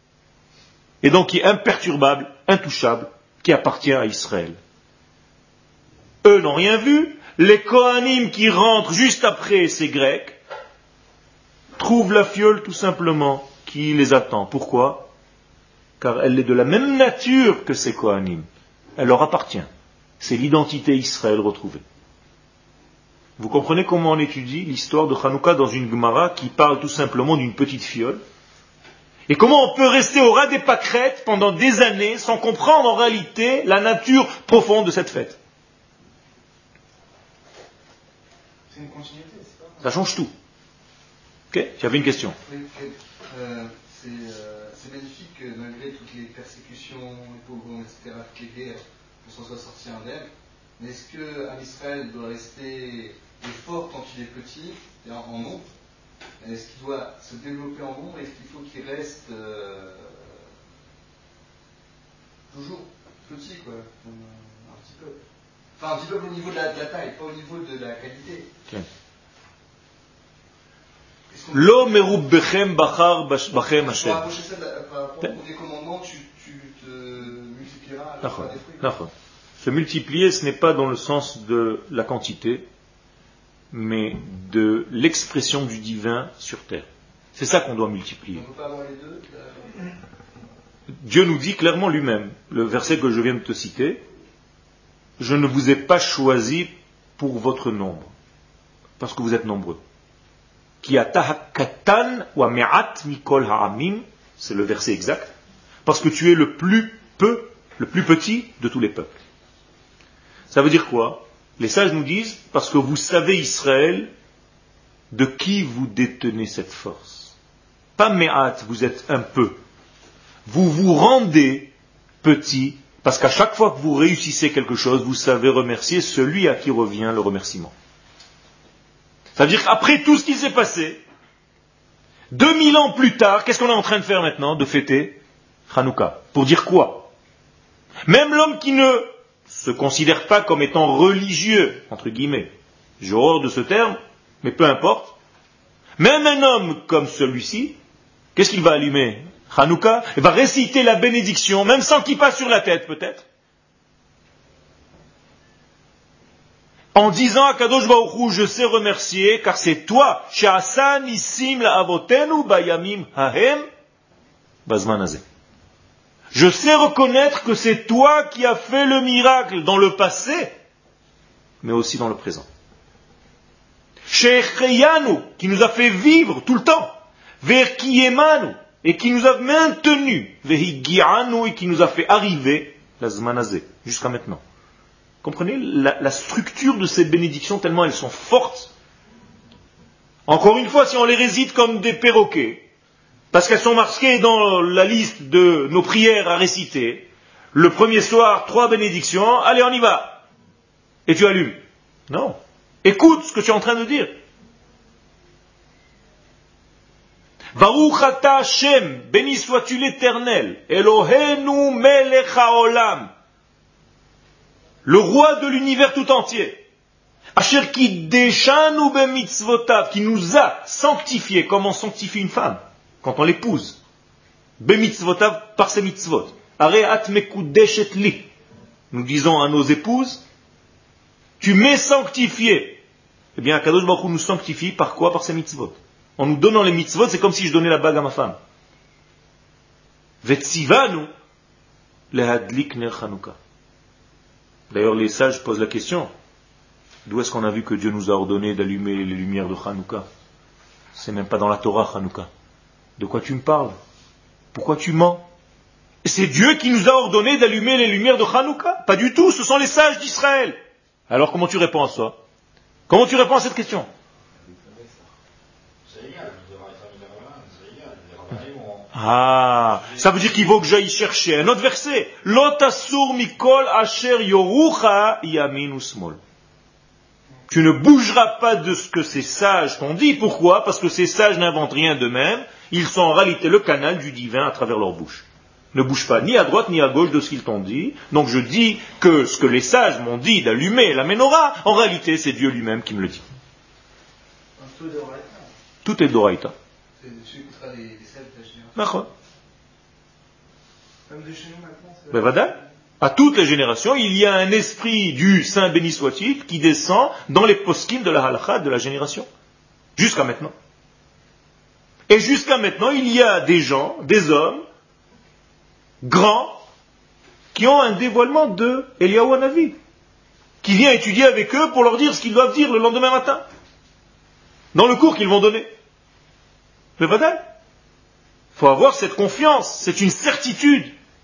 et donc qui est imperturbable, intouchable, qui appartient à Israël. Eux n'ont rien vu, les Kohanim qui rentrent juste après ces Grecs, trouvent la fiole tout simplement qui les attend. Pourquoi ? Car elle est de la même nature que ces Kohanim. Elle leur appartient. C'est l'identité Israël retrouvée. Vous comprenez comment on étudie l'histoire de Hanouka dans une Gemara qui parle tout simplement d'une petite fiole? Et comment on peut rester au ras des pâquerettes pendant des années sans comprendre en réalité la nature profonde de cette fête? C'est une continuité, c'est pas? Ça change tout. Ok, j'avais une question. Oui, euh, c'est, euh, c'est magnifique que malgré toutes les persécutions, les pogroms, et cetera, toutes les guerres, qu'on s'en soit sorti indemne. Mais est-ce qu'un Israël doit rester fort quand il est petit, et en, en nombre? Est-ce qu'il doit se développer en nombre? Est-ce qu'il faut qu'il reste euh, toujours petit, quoi, un, un petit peu? Enfin, un petit peu au niveau de la, de la taille, pas au niveau de la qualité. Okay. Lo merub bechem bachar bachem Hashem. Pour rapprocher ça par rapport au premier commandement, tu, tu te multiplieras à la fois des fruits. D'accord. Se multiplier, ce n'est pas dans le sens de la quantité, mais de l'expression du divin sur terre. C'est ça qu'on doit multiplier. On ne peut pas avoir les deux. La... Dieu nous dit clairement lui-même, le verset que je viens de te citer, je ne vous ai pas choisi pour votre nombre, parce que vous êtes nombreux. C'est le verset exact, parce que tu es le plus peu, le plus petit de tous les peuples. Ça veut dire quoi? Les sages nous disent, parce que vous savez Israël, de qui vous détenez cette force. Pas me'at, vous êtes un peu. Vous vous rendez petit, parce qu'à chaque fois que vous réussissez quelque chose, vous savez remercier celui à qui revient le remerciement. Ça veut dire qu'après tout ce qui s'est passé, deux mille ans plus tard, qu'est-ce qu'on est en train de faire maintenant? De fêter Hanouka. Pour dire quoi? Même l'homme qui ne se considère pas comme étant religieux, entre guillemets, j'ai horreur de ce terme, mais peu importe, même un homme comme celui-ci, qu'est-ce qu'il va allumer? Hanouka, il va réciter la bénédiction, même sans qu'il passe sur la tête peut-être, en disant à Kadosh Baruch Hu, je sais remercier, car c'est toi, She'asa nisim la'avotenu bayamim hahem bazman hazeh. Je sais reconnaître que c'est toi qui as fait le miracle dans le passé, mais aussi dans le présent. She'echeyanu, qui nous a fait vivre tout le temps, ve'kiyemanu, et qui nous a maintenu, ve'higianu, et qui nous a fait arriver, la zman hazeh, jusqu'à maintenant. Comprenez la, la structure de ces bénédictions, tellement elles sont fortes. Encore une fois, si on les récite comme des perroquets, parce qu'elles sont marquées dans la liste de nos prières à réciter, le premier soir, trois bénédictions, allez on y va. Et tu allumes. Non. Écoute ce que tu es en train de dire. Baruch ata Hashem, béni sois-tu l'Éternel, Elohenu melech haolam, le roi de l'univers tout entier, Asher kiddeshanu bemitzvotav, qui nous a sanctifiés, comme on sanctifie une femme quand on l'épouse, bemitzvotav, par ses mitzvot. Areat mekudeshet li, nous disons à nos épouses, tu m'es sanctifié. Eh bien, Kadosh Baruch Hu nous sanctifie par quoi? Par ses mitzvot. En nous donnant les mitzvot, c'est comme si je donnais la bague à ma femme. Vetzivanu lehadlik ner Chanukah. D'ailleurs, les sages posent la question, d'où est-ce qu'on a vu que Dieu nous a ordonné d'allumer les lumières de Hanouka? C'est même pas dans la Torah, Hanouka. De quoi tu me parles? Pourquoi tu mens? C'est Dieu qui nous a ordonné d'allumer les lumières de Hanouka? Pas du tout, ce sont les sages d'Israël. Alors comment tu réponds à ça? Comment tu réponds à cette question? C'est égal, c'est égal. Ah, ça veut dire qu'il faut que j'aille chercher un autre verset. Lotasur mikol asher yorucha yamin usmol. Tu ne bougeras pas de ce que ces sages t'ont dit. Pourquoi? Parce que ces sages n'inventent rien d'eux-mêmes. Ils sont en réalité le canal du divin à travers leur bouche. Ne bouge pas ni à droite ni à gauche de ce qu'ils t'ont dit. Donc je dis que ce que les sages m'ont dit d'allumer la menorah, en réalité c'est Dieu lui-même qui me le dit. Tout est d'Oraïta. C'est celui qui sera des, des sages de la génération. D'accord. Même de chez nous maintenant. c'est- Ben voilà. À toutes les générations, il y a un esprit du Saint béni soit-il qui descend dans les poskim de la halakha de la génération. Jusqu'à maintenant. Et jusqu'à maintenant, il y a des gens, des hommes, grands, qui ont un dévoilement de Eliyahu Hanavi, qui vient étudier avec eux pour leur dire ce qu'ils doivent dire le lendemain matin, dans le cours qu'ils vont donner. Mais voilà. Il faut avoir cette confiance, c'est une certitude.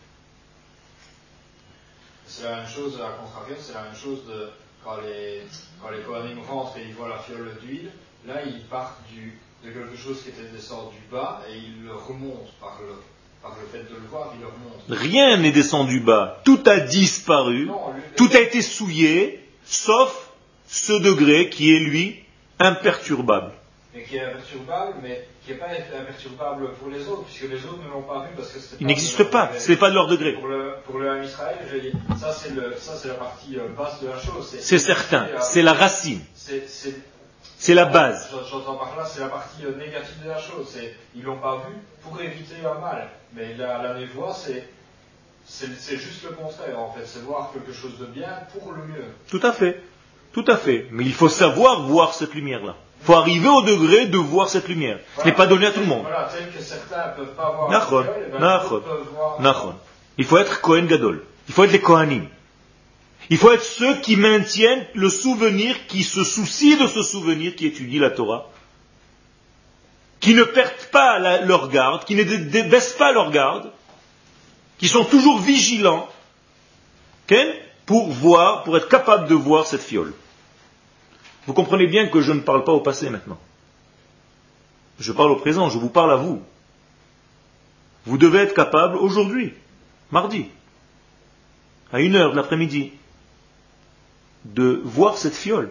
C'est la même chose, à contrario, c'est la même chose de quand les, quand les Kohanim rentrent et ils voient la fiole d'huile, là ils partent du, de quelque chose qui était descendu du bas et ils le remontent par le, par le fait de le voir, ils le remontent. Rien n'est descendu bas, tout a disparu, Non, lui- tout a été souillé, sauf ce degré qui est lui imperturbable. Mais qui est imperturbable, mais qui n'est pas imperturbable pour les autres, puisque les autres ne l'ont pas vu parce que c'était Il pas n'existe de leur pas, degré. ce n'est pas de leur degré. Pour le, pour le Ham Israël, je dis, ça c'est, le, ça c'est la partie euh, basse de la chose. C'est certain, euh, c'est la racine, c'est, c'est, c'est la base. J'entends par là, c'est la partie euh, négative de la chose. C'est, ils l'ont pas vu pour éviter un mal. Mais la, la névoie, c'est, c'est, c'est juste le contraire en fait. C'est voir quelque chose de bien pour le mieux. Tout à fait, tout à fait. Mais il faut savoir voir cette lumière-là. Il faut arriver au degré de voir cette lumière. Ce Voilà, n'est pas donné à tout le monde. Voilà, tel que certains ne peuvent pas voir. Nachon, la fiole, et ben, nachon, d'autres peuvent voir. nachon. Il faut être Kohen Gadol. Il faut être les Kohanim. Il faut être ceux qui maintiennent le souvenir, qui se soucient de ce souvenir, qui étudient la Torah, qui ne perdent pas la- leur garde, qui ne dé- dé- baissent pas leur garde, qui sont toujours vigilants, ok, pour voir, pour être capables de voir cette fiole. Vous comprenez bien que je ne parle pas au passé maintenant. Je parle au présent, je vous parle à vous. Vous devez être capable aujourd'hui, mardi, à une heure de l'après-midi, de voir cette fiole,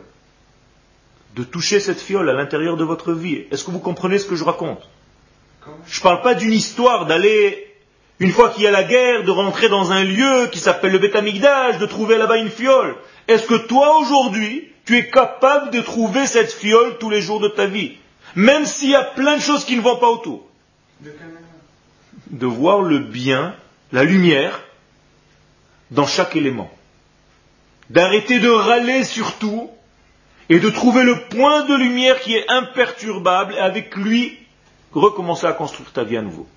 de toucher cette fiole à l'intérieur de votre vie. Est-ce que vous comprenez ce que je raconte? Je ne parle pas d'une histoire d'aller, une fois qu'il y a la guerre, de rentrer dans un lieu qui s'appelle le Beth Amikdash, de trouver là-bas une fiole. Est-ce que toi, aujourd'hui, tu es capable de trouver cette fiole tous les jours de ta vie, même s'il y a plein de choses qui ne vont pas autour? De quelle manière? De voir le bien, la lumière, dans chaque élément. D'arrêter de râler sur tout, et de trouver le point de lumière qui est imperturbable, et avec lui, recommencer à construire ta vie à nouveau.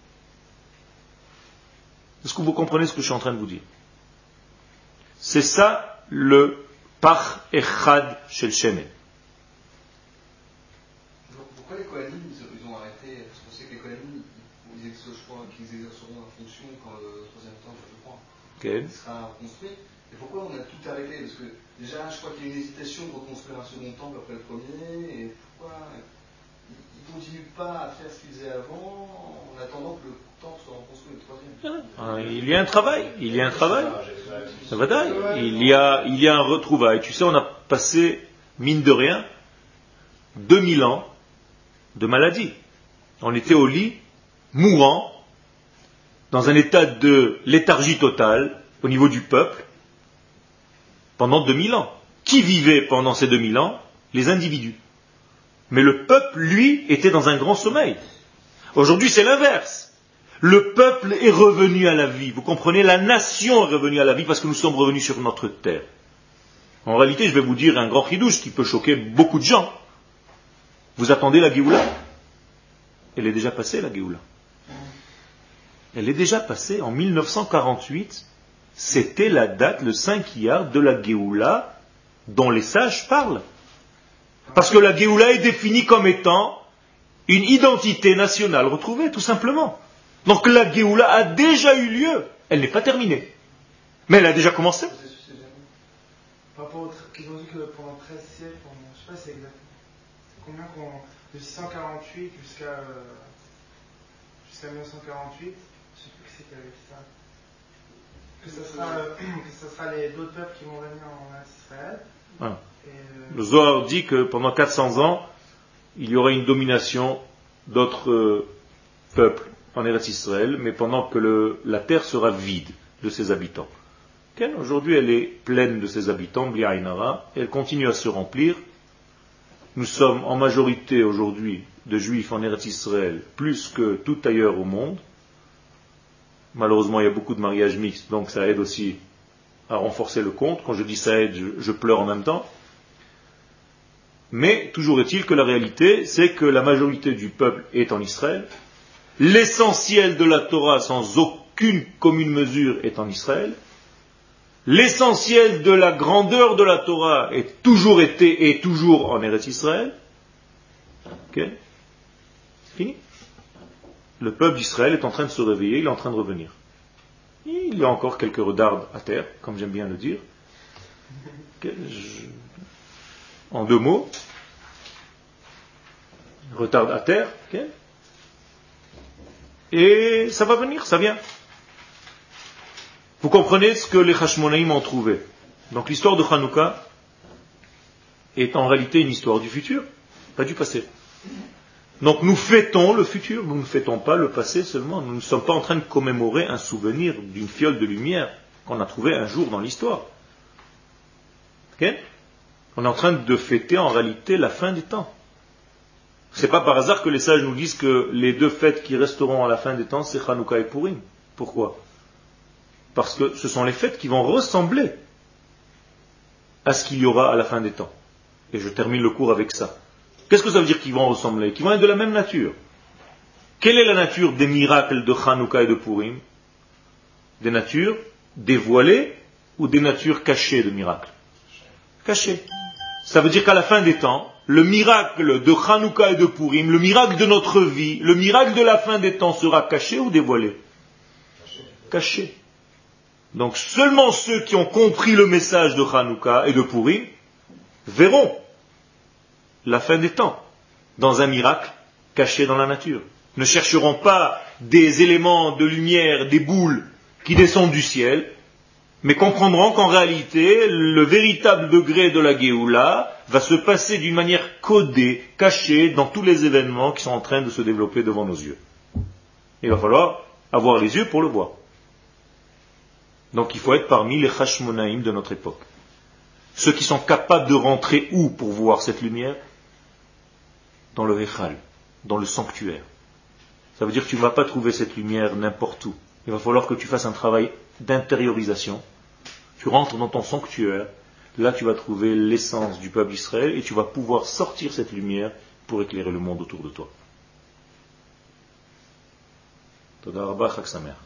Est-ce que vous comprenez ce que je suis en train de vous dire? C'est ça le Pach Echad Shel Shemen. Pourquoi les Kohanim, ils, ils ont arrêté? Parce qu'on sait que les Kohanim, ils exercent, je crois, qu'ils exerceront la fonction quand le troisième temple, je crois, Okay. il sera reconstruit. Et pourquoi on a tout arrêté? Parce que déjà, je crois qu'il y a une hésitation de reconstruire un second temple après le premier. Et pourquoi ils ne continuent pas à faire ce qu'ils faisaient avant en attendant que le temple soit reconstruit le troisième? Ah, il y a un travail, il y a un travail. Ça va d'ailleurs. Il y a, il y a un retrouvail. Tu sais, on a passé, mine de rien, deux mille ans de maladie. On était au lit, mourant, dans un état de léthargie totale au niveau du peuple, pendant deux mille ans. Qui vivait pendant ces deux mille ans? Les individus. Mais le peuple, lui, était dans un grand sommeil. Aujourd'hui, c'est l'inverse. Le peuple est revenu à la vie. Vous comprenez? La nation est revenue à la vie parce que nous sommes revenus sur notre terre. En réalité, je vais vous dire un grand chidouche qui peut choquer beaucoup de gens. Vous attendez la Géoula? Elle est déjà passée, la Géoula. Elle est déjà passée en mille neuf cent quarante-huit. C'était la date, le cinq Iyar de la Géoula dont les sages parlent. Parce que la Géoula est définie comme étant une identité nationale retrouvée, tout simplement. Donc la Géoula a déjà eu lieu. Elle n'est pas terminée. Mais elle a déjà commencé. Par rapport au tra- ils ont dit que pendant treize siècles, pendant, je sais pas c'est exactement. C'est combien qu'on. De six cent quarante-huit jusqu'à. euh, jusqu'à mille neuf cent quarante-huit. Je sais plus qui c'est qui avait dit ça. Que ce sera, euh, que ce sera les d'autres peuples qui vont venir en Israël. Voilà. Et, euh, Le Zohar dit que pendant quatre cents ans, il y aura une domination d'autres euh, peuples en Eretz Israël, mais pendant que le, la terre sera vide de ses habitants. Okay? Aujourd'hui, elle est pleine de ses habitants, Bli Ayin Hara, et elle continue à se remplir. Nous sommes en majorité aujourd'hui de juifs en Eretz Israël, plus que tout ailleurs au monde. Malheureusement, il y a beaucoup de mariages mixtes, donc ça aide aussi à renforcer le compte. Quand je dis ça aide, je, je pleure en même temps. Mais toujours est-il que la réalité, c'est que la majorité du peuple est en Israël. L'essentiel de la Torah, sans aucune commune mesure, est en Israël. L'essentiel de la grandeur de la Torah est toujours été et toujours en Eretz Israël. Ok ? C'est fini. Le peuple d'Israël est en train de se réveiller, il est en train de revenir. Il y a encore quelques retards à terre, comme j'aime bien le dire. Okay, je... En deux mots, retard à terre, okay. Et ça va venir, ça vient. Vous comprenez ce que les Hashmonaïm ont trouvé. Donc l'histoire de Hanouka est en réalité une histoire du futur, pas du passé. Donc nous fêtons le futur, nous ne fêtons pas le passé seulement. Nous ne sommes pas en train de commémorer un souvenir d'une fiole de lumière qu'on a trouvé un jour dans l'histoire. Okay? On est en train de fêter en réalité la fin des temps. C'est pas par hasard que les sages nous disent que les deux fêtes qui resteront à la fin des temps, c'est Hanouka et Purim. Pourquoi? Parce que ce sont les fêtes qui vont ressembler à ce qu'il y aura à la fin des temps. Et je termine le cours avec ça. Qu'est-ce que ça veut dire qu'ils vont ressembler? Qu'ils vont être de la même nature. Quelle est la nature des miracles de Hanouka et de Purim? Des natures dévoilées ou des natures cachées de miracles? Cachées. Ça veut dire qu'à la fin des temps, le miracle de Hanouka et de Purim, le miracle de notre vie, le miracle de la fin des temps sera caché ou dévoilé? Caché. Donc seulement ceux qui ont compris le message de Hanouka et de Purim verront la fin des temps dans un miracle caché dans la nature. Ne chercheront pas des éléments de lumière, des boules qui descendent du ciel, mais comprendront qu'en réalité, le véritable degré de la Géoula va se passer d'une manière codée, cachée dans tous les événements qui sont en train de se développer devant nos yeux. Il va falloir avoir les yeux pour le voir. Donc il faut être parmi les Hashmonaïm de notre époque. Ceux qui sont capables de rentrer où pour voir cette lumière? Dans le Heichal, dans le sanctuaire. Ça veut dire que tu ne vas pas trouver cette lumière n'importe où. Il va falloir que tu fasses un travail d'intériorisation. Tu rentres dans ton sanctuaire, là tu vas trouver l'essence du peuple d'Israël et tu vas pouvoir sortir cette lumière pour éclairer le monde autour de toi. Toda Rabba, Chag Sameach.